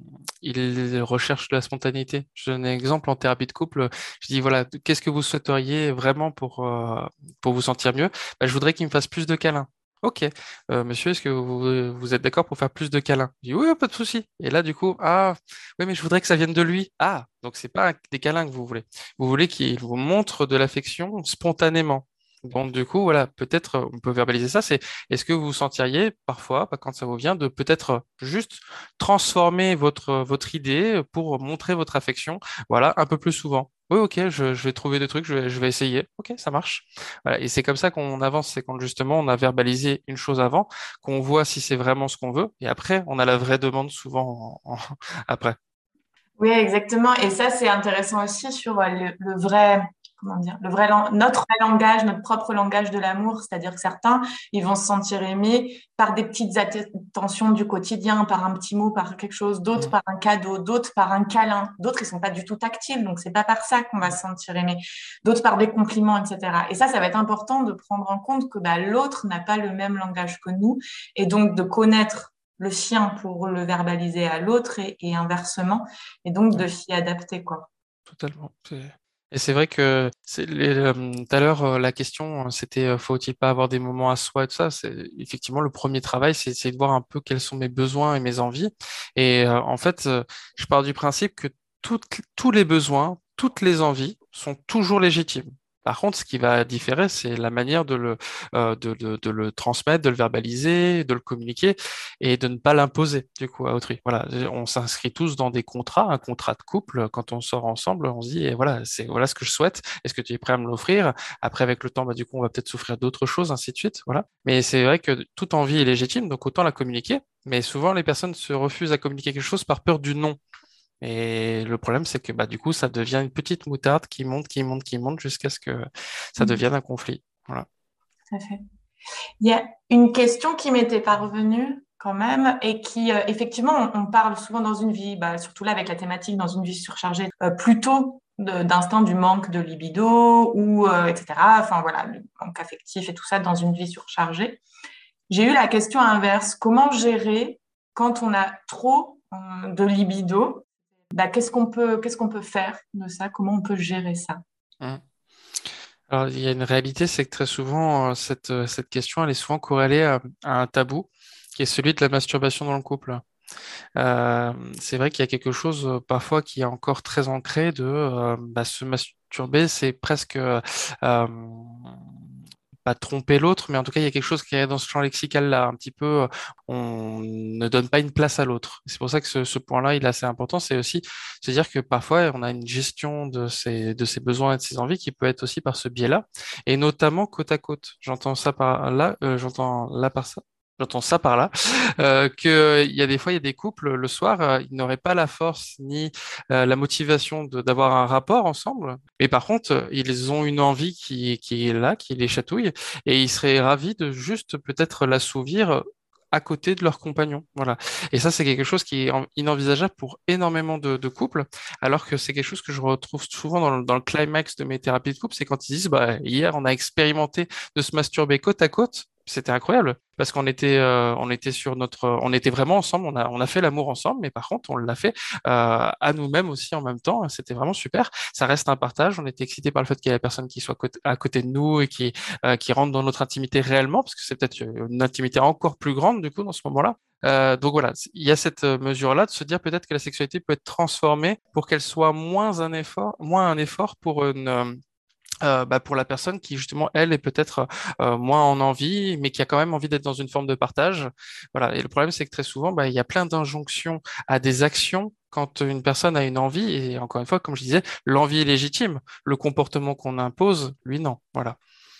ils recherchent de la spontanéité. Je donne un exemple en thérapie de couple. Je dis voilà, qu'est-ce que vous souhaiteriez vraiment pour euh, pour vous sentir mieux? Bah, je voudrais qu'il me fasse plus de câlins. Ok, Euh, monsieur, est-ce que vous, vous êtes d'accord pour faire plus de câlins? Je dis oui, pas de souci. Et là, du coup, ah, oui, mais je voudrais que ça vienne de lui. Ah, donc c'est pas des câlins que vous voulez. Vous voulez qu'il vous montre de l'affection spontanément. Donc, du coup, voilà, peut-être euh, on peut verbaliser ça. C'est est-ce que vous vous sentiriez parfois, bah, quand ça vous vient, de peut-être juste transformer votre, votre idée pour montrer votre affection, voilà, un peu plus souvent. Oui, ok, je, je vais trouver des trucs, je vais, je vais essayer. Ok, ça marche. Voilà, et c'est comme ça qu'on avance, c'est quand justement on a verbalisé une chose avant, qu'on voit si c'est vraiment ce qu'on veut, et après, on a la vraie demande souvent en- en- après. Oui, exactement. Et ça, c'est intéressant aussi sur euh, le, le vrai, comment dire, le vrai, lang- notre vrai langage, notre propre langage de l'amour. C'est-à-dire que certains, ils vont se sentir aimés par des petites attentions du quotidien, par un petit mot, par quelque chose, d'autres Mm, par un cadeau, d'autres par un câlin, d'autres, ils sont pas du tout tactiles. Donc, c'est pas par ça qu'on va mm, se sentir aimé. D'autres par des compliments, et cetera. Et ça, ça va être important de prendre en compte que bah, l'autre n'a pas le même langage que nous. Et donc, de connaître le sien pour le verbaliser à l'autre et, et inversement et donc de ouais. s'y adapter, quoi. Totalement. C'est- Et c'est vrai que c'est les- euh, tout à l'heure, euh, la question, euh, c'était euh, faut-il pas avoir des moments à soi et tout ça. C'est effectivement le premier travail, c'est c'est de voir un peu quels sont mes besoins et mes envies. Et euh, en fait, euh, je pars du principe que toutes- tous les besoins, toutes les envies sont toujours légitimes. Par contre, ce qui va différer, c'est la manière de le, euh, de, de- de le transmettre, de le verbaliser, de le communiquer et de ne pas l'imposer du coup à autrui. Voilà, on s'inscrit tous dans des contrats, un contrat de couple. Quand on sort ensemble, on se dit et voilà, c'est voilà ce que je souhaite. Est-ce que tu es prêt à me l'offrir? Après, avec le temps, bah du coup, on va peut-être s'offrir d'autres choses, ainsi de suite. Voilà. Mais c'est vrai que toute envie est légitime, donc autant la communiquer. Mais souvent, les personnes se refusent à communiquer quelque chose par peur du non. Et le problème, c'est que bah du coup, ça devient une petite moutarde qui monte, qui monte, qui monte jusqu'à ce que ça Mhm. devienne un conflit. Voilà. Tout à fait. Il y a une question qui m'était parvenue quand même et qui, euh, effectivement, on, on parle souvent dans une vie, bah, surtout là avec la thématique dans une vie surchargée, euh, plutôt de- d'instinct du manque de libido ou euh, et cetera. Enfin voilà, le manque affectif et tout ça dans une vie surchargée. J'ai eu la question inverse. Comment gérer quand on a trop euh, de libido? Bah, qu'est-ce qu'on peut, qu'est-ce qu'on peut faire de ça? Comment on peut gérer ça? Hum. Alors, il y a une réalité, c'est que très souvent, euh, cette, euh, cette question, elle est souvent corrélée à, à un tabou, qui est celui de la masturbation dans le couple. Euh, c'est vrai qu'il y a quelque chose euh, parfois qui est encore très ancré de euh, bah, se masturber, c'est presque euh, euh, pas tromper l'autre, mais en tout cas, il y a quelque chose qui est dans ce champ lexical-là, un petit peu, euh, on ne donne pas une place à l'autre. C'est pour ça que ce, ce point-là, il est assez important. C'est aussi se dire que parfois, on a une gestion de ses, de ses besoins et de ses envies qui peut être aussi par ce biais-là, et notamment côte à côte. J'entends ça par là, euh, j'entends là par ça. J'entends ça par là, euh, que il y a des fois, il y a des couples, le soir, euh, ils n'auraient pas la force ni euh, la motivation de- d'avoir un rapport ensemble, mais par contre, euh, ils ont une envie qui, qui est là, qui les chatouille, et ils seraient ravis de juste peut-être l'assouvir euh, à côté de leur compagnon. Voilà. Et ça, c'est quelque chose qui est en- inenvisageable pour énormément de, de couples, alors que c'est quelque chose que je retrouve souvent dans le, dans le climax de mes thérapies de couple, c'est quand ils disent, bah, hier, on a expérimenté de se masturber côte à côte. C'était incroyable parce qu'on était, euh, on était sur notre, on était vraiment ensemble, on a, on a fait l'amour ensemble, mais par contre, on l'a fait euh, à nous-mêmes aussi en même temps. C'était vraiment super. Ça reste un partage. On était excités par le fait qu'il y ait la personne qui soit côté- à côté de nous et qui, euh, qui rentre dans notre intimité réellement, parce que c'est peut-être une intimité encore plus grande du coup dans ce moment-là. Euh, donc voilà, il y a cette euh, mesure-là de se dire peut-être que la sexualité peut être transformée pour qu'elle soit moins un effort, moins un effort pour une euh, euh, bah, pour la personne qui justement elle est peut-être euh, moins en envie, mais qui a quand même envie d'être dans une forme de partage. Voilà. Et le problème, c'est que très souvent, bah, il y a plein d'injonctions à des actions quand une personne a une envie. Et encore une fois, comme je disais, l'envie est légitime. Le comportement qu'on impose, lui, non. Voilà.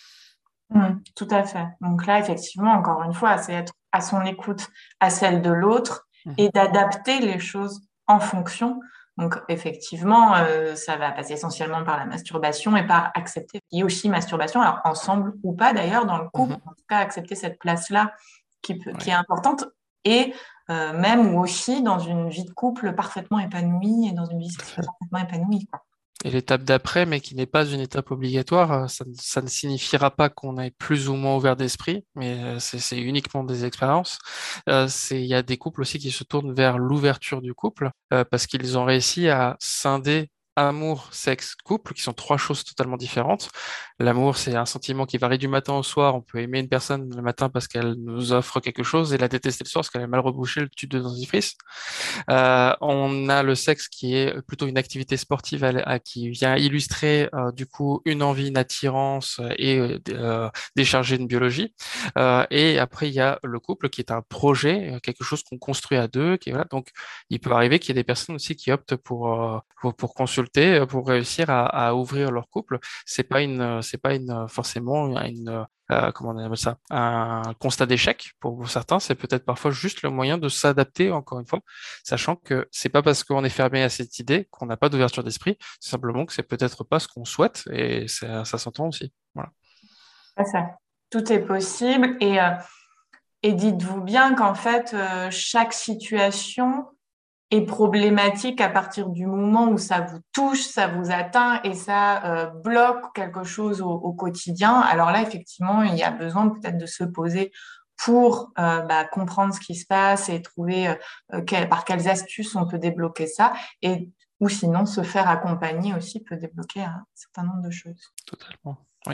Mm, tout à fait. Donc là, effectivement, encore une fois, c'est être à son écoute, à celle de l'autre Mhm. et d'adapter les choses en fonction. Donc effectivement, euh, ça va passer essentiellement par la masturbation et par accepter. Il y a aussi masturbation, alors ensemble ou pas d'ailleurs dans le couple, Mhm. en tout cas accepter cette place-là qui peut, qui est Ouais. importante et euh, même ou aussi dans une vie de couple parfaitement épanouie et dans une vie sexuelle parfaitement épanouie, quoi. Et l'étape d'après, mais qui n'est pas une étape obligatoire, euh, ça, ne ça ne signifiera pas qu'on est plus ou moins ouvert d'esprit, mais euh, c'est c'est uniquement des expériences. Euh, c'est, il y a des couples aussi qui se tournent vers l'ouverture du couple euh, parce qu'ils ont réussi à scinder amour, sexe, couple, qui sont trois choses totalement différentes. L'amour, c'est un sentiment qui varie du matin au soir. On peut aimer une personne le matin parce qu'elle nous offre quelque chose et la détester le soir parce qu'elle a mal rebouché le tube de dentifrice. Euh, on a le sexe qui est plutôt une activité sportive à- à- qui vient illustrer euh, du coup une envie, une attirance euh, et euh, d- euh, décharger une biologie. Euh, et après, il y a le couple qui est un projet, euh, quelque chose qu'on construit à deux. Qui, voilà. Donc, il peut arriver qu'il y ait des personnes aussi qui optent pour, euh, pour, pour consulter, euh, pour réussir à, à ouvrir leur couple. C'est pas une, euh, c'est pas une, euh, forcément une, euh, comment on appelle ça, un constat d'échec pour certains. C'est peut-être parfois juste le moyen de s'adapter, encore une fois, sachant que c'est pas parce qu'on est fermé à cette idée qu'on n'a pas d'ouverture d'esprit, c'est simplement que c'est peut-être pas ce qu'on souhaite et ça, ça s'entend aussi. Voilà. C'est ça. Tout est possible. Et, euh, et dites-vous bien qu'en fait, euh, chaque situation est problématique à partir du moment où ça vous touche, ça vous atteint et ça euh, bloque quelque chose au, au quotidien. Alors là, effectivement, il y a besoin peut-être de se poser pour euh, bah, comprendre ce qui se passe et trouver euh, quel- par quelles astuces on peut débloquer ça. Et, ou sinon, se faire accompagner aussi peut débloquer un certain nombre de choses. Totalement. Oui.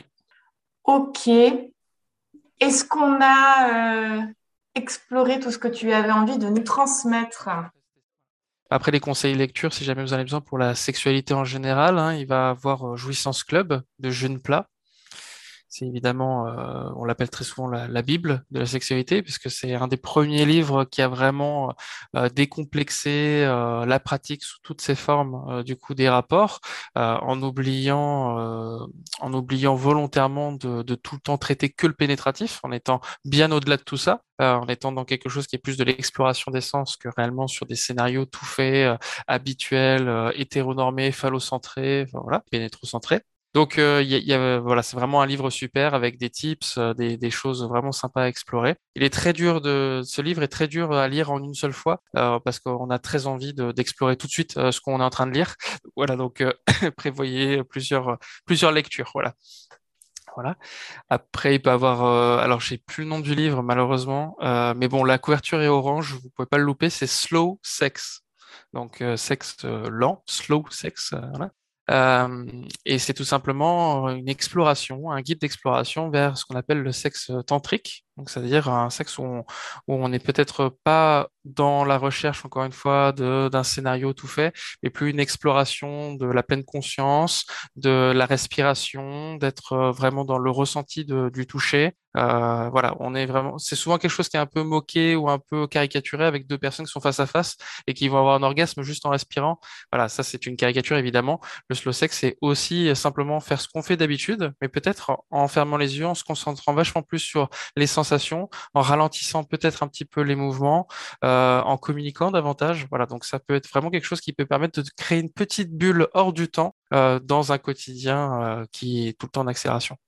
Ok. Est-ce qu'on a euh, exploré tout ce que tu avais envie de nous transmettre? Après les conseils lecture, si jamais vous en avez besoin pour la sexualité en général, hein, il va avoir euh, Jouissance Club de Jeune Plat. C'est évidemment, euh, on l'appelle très souvent la, la Bible de la sexualité, puisque c'est un des premiers livres qui a vraiment euh, décomplexé euh, la pratique sous toutes ses formes, euh, du coup, des rapports, euh, en oubliant, euh, en oubliant volontairement de, de tout le temps traiter que le pénétratif, en étant bien au-delà de tout ça, euh, en étant dans quelque chose qui est plus de l'exploration des sens que réellement sur des scénarios tout faits, euh, habituels, euh, hétéronormés, phallocentrés, enfin, voilà, pénétrocentrés. Donc, euh, il y a- il y a- voilà, c'est vraiment un livre super avec des tips, euh, des, des choses vraiment sympas à explorer. Il est très dur de, ce livre est très dur à lire en une seule fois euh, parce qu'on a très envie de- d'explorer tout de suite euh, ce qu'on est en train de lire. Voilà, donc euh, prévoyez plusieurs, plusieurs lectures. Voilà. Voilà. Après, il peut avoir, euh, alors j'ai plus le nom du livre malheureusement, euh, mais bon, la couverture est orange, vous pouvez pas le louper. C'est Slow Sex, donc euh, sexe euh, lent, slow sex. euh, voilà. Euh, et c'est tout simplement une exploration, un guide d'exploration vers ce qu'on appelle le sexe tantrique. Donc, c'est-à-dire un sexe où on, où on n'est peut-être pas dans la recherche, encore une fois, de, d'un scénario tout fait, mais plus une exploration de la pleine conscience, de la respiration, d'être euh, vraiment dans le ressenti de- du toucher. Euh, voilà, on est vraiment. C'est souvent quelque chose qui est un peu moqué ou un peu caricaturé avec deux personnes qui sont face à face et qui vont avoir un orgasme juste en respirant. Voilà, ça c'est une caricature évidemment. Le slow sex, c'est aussi simplement faire ce qu'on fait d'habitude, mais peut-être en en fermant les yeux, en se concentrant vachement plus sur les sensations, en ralentissant peut-être un petit peu les mouvements, euh, en communiquant davantage. Voilà, donc ça peut être vraiment quelque chose qui peut permettre de créer une petite bulle hors du temps euh, dans un quotidien euh, qui est tout le temps en accélération.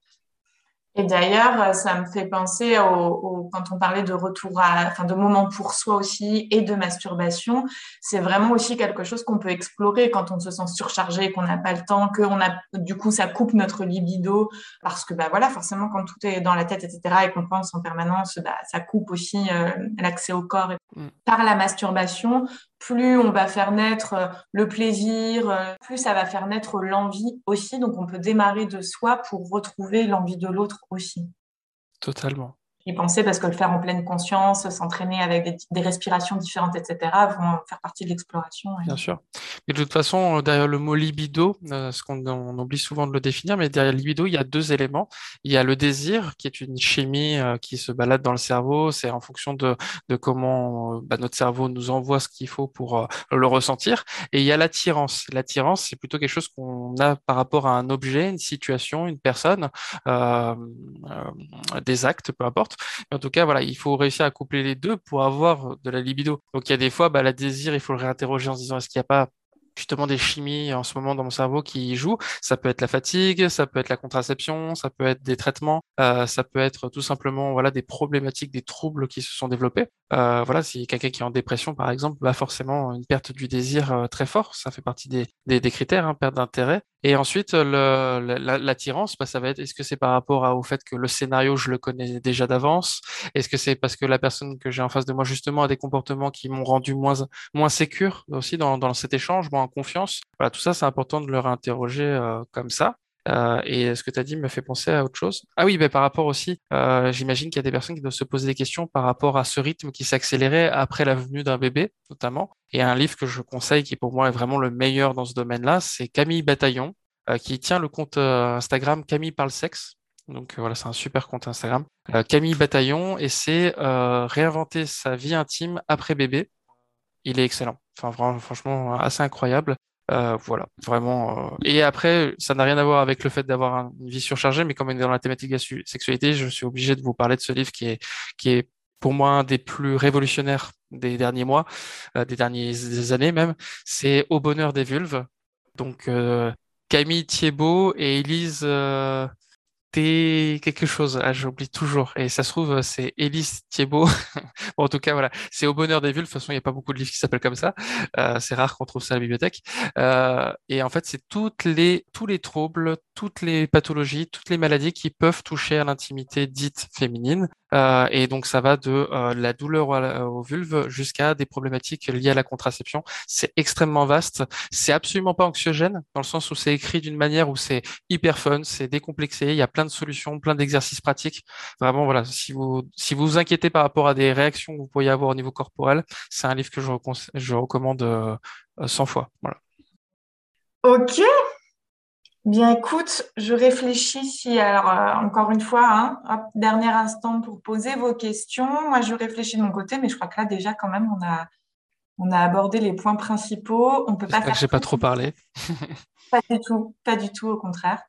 Et d'ailleurs, euh, ça me fait penser au, au- quand on parlait de retour à, enfin, de moments pour soi aussi et de masturbation. C'est vraiment aussi quelque chose qu'on peut explorer quand on se sent surchargé, qu'on n'a pas le temps, que on a, du coup, ça coupe notre libido parce que, bah voilà, forcément, quand tout est dans la tête, et cetera, et qu'on pense en permanence, bah, ça coupe aussi euh, l'accès au corps. Mm. Par la masturbation, plus on va faire naître euh, le plaisir, euh, plus ça va faire naître l'envie aussi. Donc, on peut démarrer de soi pour retrouver l'envie de l'autre aussi. Totalement. Y penser parce que le faire en pleine conscience, s'entraîner avec des, des respirations différentes, et cetera, vont faire partie de l'exploration. Bien Et- sûr. Mais de toute façon, euh, derrière le mot libido, euh, ce qu'on on oublie souvent de le définir, mais derrière libido, il y a deux éléments. Il y a le désir, qui est une chimie euh, qui se balade dans le cerveau. C'est en fonction de, de comment euh, bah, notre cerveau nous envoie ce qu'il faut pour euh, le ressentir. Et il y a l'attirance. L'attirance, c'est plutôt quelque chose qu'on a par rapport à un objet, une situation, une personne, euh, euh, des actes, peu importe. Mais en tout cas, voilà, il faut réussir à coupler les deux pour avoir de la libido. Donc il y a des fois, bah, la désir, il faut le réinterroger en se disant est-ce qu'il n'y a pas justement des chimies en ce moment dans mon cerveau qui jouent. Ça peut être la fatigue, ça peut être la contraception, ça peut être des traitements, euh, ça peut être tout simplement voilà des problématiques, des troubles qui se sont développés. Euh, voilà, si quelqu'un qui est en dépression par exemple, bah forcément une perte du désir euh, très fort, ça fait partie des, des, des critères, hein, perte d'intérêt. Et ensuite, le, la- l'attirance, bah, ça va être, est-ce que c'est par rapport à- au fait que le scénario, je le connais déjà d'avance? Est-ce que c'est parce que la personne que j'ai en face de moi, justement, a des comportements qui m'ont rendu moins, moins sécure aussi dans, dans cet échange, moins en confiance? Voilà, tout ça, c'est important de le réinterroger euh, comme ça. Euh, et ce que tu as dit me fait penser à autre chose. Ah oui, ben, par rapport aussi, euh, j'imagine qu'il y a des personnes qui doivent se poser des questions par rapport à ce rythme qui s'accélérait après la venue d'un bébé, notamment. Et un livre que je conseille, qui pour moi est vraiment le meilleur dans ce domaine-là, c'est Camille Bataillon, euh, qui tient le compte euh, Instagram Camille Parle Sexe. Donc euh, voilà, c'est un super compte Instagram. Euh, Camille Bataillon, et c'est euh, réinventer sa vie intime après bébé. Il est excellent. Enfin, vraiment, franchement, assez incroyable. Euh, voilà, vraiment. euh. Et après, ça n'a rien à voir avec le fait d'avoir un- une vie surchargée, mais comme on est dans la thématique de la su- sexualité, je suis obligé de vous parler de ce livre qui est, qui est pour moi un des plus révolutionnaires des derniers mois, euh, des dernières années même. C'est Au bonheur des vulves. Donc, euh, Camille Thiebaud et Élise euh, T quelque chose. Ah, j'oublie toujours. Et ça se trouve, c'est Élise Thiebaud. Bon, en tout cas, voilà, c'est Au bonheur des vulves. De toute façon, il n'y a pas beaucoup de livres qui s'appellent comme ça. Euh, c'est rare qu'on trouve ça à la bibliothèque. Euh, et en fait, c'est toutes les, tous les troubles, toutes les pathologies, toutes les maladies qui peuvent toucher à l'intimité dite féminine. Euh, et donc, ça va de euh, la douleur à la- aux vulves jusqu'à des problématiques liées à la contraception. C'est extrêmement vaste. C'est absolument pas anxiogène, dans le sens où c'est écrit d'une manière où c'est hyper fun, c'est décomplexé. Il y a plein de solutions, plein d'exercices pratiques. Vraiment, voilà, si vous si vous vous inquiétez par rapport à des réactions que vous pourriez avoir au niveau corporel, c'est un livre que je, reconse- je recommande euh, euh, cent fois. Voilà. Ok, bien écoute, je réfléchis si, alors euh, encore une fois, hein, hop, dernier instant pour poser vos questions. Moi, je réfléchis de mon côté, mais je crois que là, déjà, quand même, on a, on a abordé les points principaux. On peut pas J'espère que faire j'ai pas tout. trop parlé. Pas du tout, pas du tout, au contraire.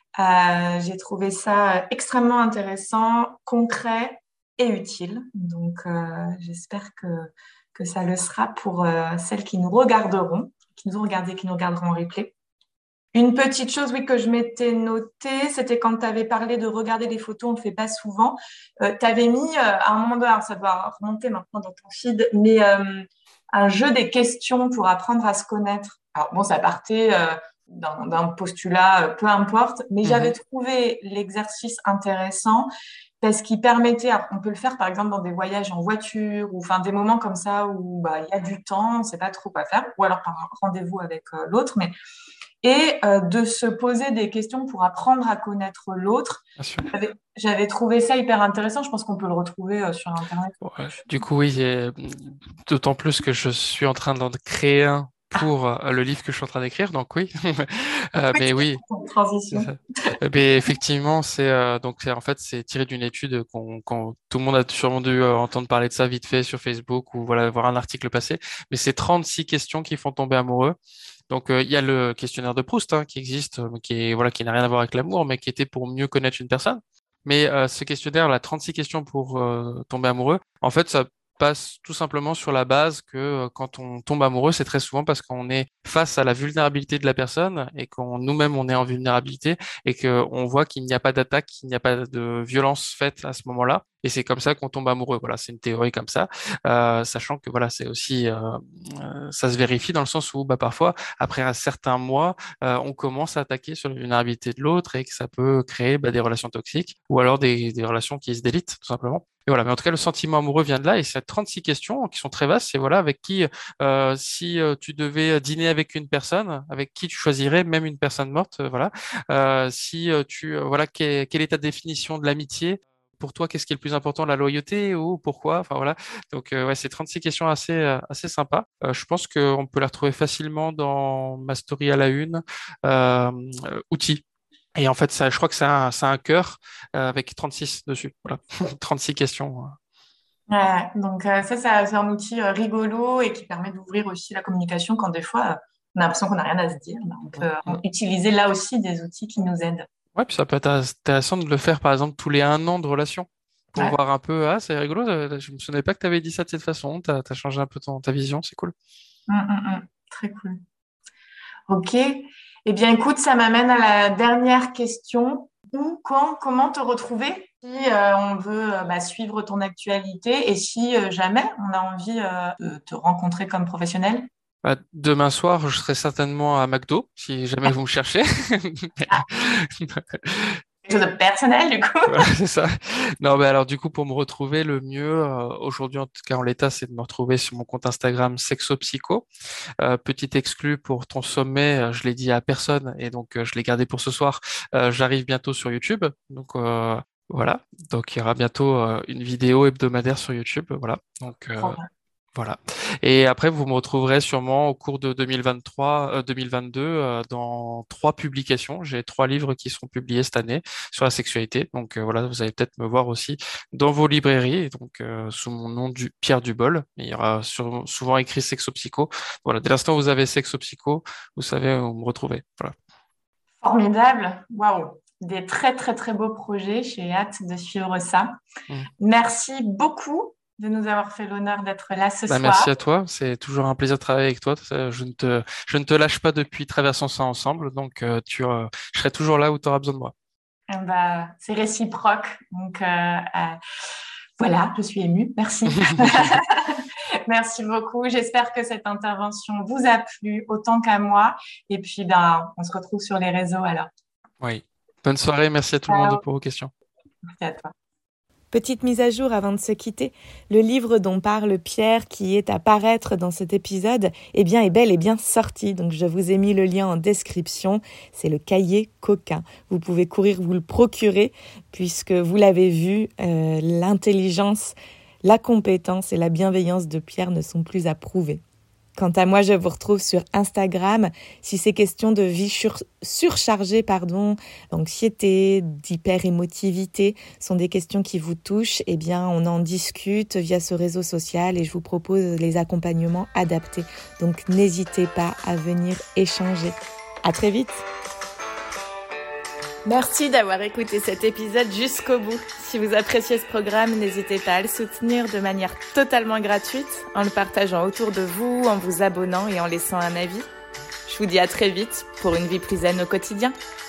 Euh, j'ai trouvé ça euh, extrêmement intéressant, concret et utile. Donc, euh, j'espère que, que ça le sera pour euh, celles qui nous regarderont, qui nous ont regardé, qui nous regarderont en replay. Une petite chose, oui, que je m'étais notée, c'était quand tu avais parlé de regarder les photos, on ne le fait pas souvent. Euh, tu avais mis, euh, à un moment donné, alors ça doit remonter maintenant dans ton feed, mais euh, un jeu des questions pour apprendre à se connaître. Alors bon, ça partait euh, d'un d'un postulat, euh, peu importe, mais j'avais Mhm. trouvé l'exercice intéressant parce qu'il permettait, alors, on peut le faire par exemple dans des voyages en voiture ou enfin des moments comme ça où bah, il y a du temps, on ne sait pas trop quoi faire, ou alors par un rendez-vous avec euh, l'autre, mais et euh, de se poser des questions pour apprendre à connaître l'autre. Bien sûr. J'avais, j'avais trouvé ça hyper intéressant. Je pense qu'on peut le retrouver euh, sur Internet. Ouais. Du coup, oui, et, d'autant plus que je suis en train d'en créer un pour euh, le livre que je suis en train d'écrire. Donc oui, Euh, Oui, mais oui. en C'est transition. ça. Euh, Mais effectivement, c'est euh, donc c'est- en fait c'est tiré d'une étude qu'on, qu'on- tout le monde a sûrement dû euh, entendre parler de ça vite fait sur Facebook ou voilà voir un article passé. Mais c'est trente-six questions qui font tomber amoureux. Donc euh, il y a le questionnaire de Proust hein, qui existe, euh, qui est voilà qui n'a rien à voir avec l'amour, mais qui était pour mieux connaître une personne. Mais euh, ce questionnaire, là, trente-six questions pour euh, tomber amoureux, en fait ça passe tout simplement sur la base que euh, quand on tombe amoureux, c'est très souvent parce qu'on est face à la vulnérabilité de la personne et qu'on nous-mêmes on est en vulnérabilité et qu'on voit qu'il n'y a pas d'attaque, qu'il n'y a pas de violence faite à ce moment-là. Et c'est comme ça qu'on tombe amoureux. Voilà, c'est une théorie comme ça, euh, sachant que voilà, c'est aussi euh, euh, ça se vérifie dans le sens où bah, parfois, après un certain mois, euh, on commence à attaquer sur la vulnérabilité de l'autre et que ça peut créer bah, des relations toxiques ou alors des, des relations qui se délitent tout simplement. Et voilà, mais en tout cas, le sentiment amoureux vient de là et c'est trente-six questions qui sont très vastes. C'est voilà, avec qui, euh, si euh, tu devais dîner avec une personne, avec qui tu choisirais, même une personne morte, euh, voilà. Euh, si euh, tu, euh, voilà, que- quelle est ta définition de l'amitié? Pour toi, qu'est-ce qui est le plus important, la loyauté ou pourquoi? Enfin voilà. Donc euh, ouais, c'est trente-six questions assez euh, assez sympas. Euh, je pense qu'on peut les retrouver facilement dans ma story à la une, euh, euh, outils. Et en fait, ça, je crois que c'est un, c'est un cœur euh, avec trente-six dessus. Voilà, trente-six questions. Ouais, donc euh, ça, ça c'est un outil euh, rigolo et qui permet d'ouvrir aussi la communication quand des fois euh, on a l'impression qu'on n'a rien à se dire. Ben, on peut Mm, euh, mm. utiliser là aussi des outils qui nous aident. Ouais, puis ça peut être intéressant de le faire, par exemple, tous les un an de relation, pour Ouais. voir un peu, ah, c'est rigolo, euh, je me souvenais pas que tu avais dit ça de cette façon, tu as changé un peu ton, ta vision, c'est cool. Mm, mm, mm. Très cool. Ok. Eh bien, écoute, ça m'amène à la dernière question. Où, quand, comment te retrouver si euh, on veut euh, bah, suivre ton actualité et si euh, jamais on a envie euh, de te rencontrer comme professionnel? Bah, demain soir, je serai certainement à McDo, si jamais vous me cherchez. Ah, quelque chose de personnel, du coup. Voilà, c'est ça. Non, mais alors du coup, pour me retrouver, le mieux, euh, aujourd'hui, en tout cas en l'état, c'est de me retrouver sur mon compte Instagram Sexopsycho. Euh, petit exclu pour ton sommet, euh, je l'ai dit à personne et donc euh, je l'ai gardé pour ce soir. Euh, j'arrive bientôt sur YouTube, donc euh, voilà. Donc il y aura bientôt euh, une vidéo hebdomadaire sur YouTube, voilà. Donc Trop euh, bien. voilà. Et après, vous me retrouverez sûrement au cours de deux mille vingt-trois, euh, deux mille vingt-deux euh, dans trois publications. J'ai trois livres qui seront publiés cette année sur la sexualité. Donc euh, voilà, vous allez peut-être me voir aussi dans vos librairies, donc euh, sous mon nom du Pierre Dubol. Il y aura sur- souvent écrit Sexopsycho. Voilà, dès l'instant où vous avez Sexopsycho, vous savez où me retrouver. Voilà. Formidable. Waouh. Des très, très, très beaux projets. J'ai hâte de suivre ça. Mm. Merci beaucoup de nous avoir fait l'honneur d'être là ce Bah, soir. merci à toi. C'est toujours un plaisir de travailler avec toi. Ça, Je ne te, je ne te lâche pas depuis Traversons ça ensemble. Donc, euh, tu, euh, je serai toujours là où tu auras besoin de moi. Eh ben, c'est réciproque. Donc, euh, euh, voilà, je suis émue. Merci. Merci beaucoup. J'espère que cette intervention vous a plu autant qu'à moi. Et puis, ben, on se retrouve sur les réseaux alors. Oui. Bonne soirée. Merci à tout le monde Ciao. pour vos questions. Merci à toi. Petite mise à jour avant de se quitter, le livre dont parle Pierre qui est à paraître dans cet épisode, eh bien, est bel et bien sorti. Donc, je vous ai mis le lien en description. C'est le cahier coquin. Vous pouvez courir vous le procurer puisque vous l'avez vu, euh, l'intelligence, la compétence et la bienveillance de Pierre ne sont plus à prouver. Quant à moi, je vous retrouve sur Instagram. Si ces questions de vie sur, surchargée, pardon, d'anxiété, d'hyper-émotivité sont des questions qui vous touchent, eh bien, on en discute via ce réseau social et je vous propose les accompagnements adaptés. Donc, n'hésitez pas à venir échanger. À très vite! Merci d'avoir écouté cet épisode jusqu'au bout. Si vous appréciez ce programme, n'hésitez pas à le soutenir de manière totalement gratuite, en le partageant autour de vous, en vous abonnant et en laissant un avis. Je vous dis à très vite pour une vie plus zen au quotidien.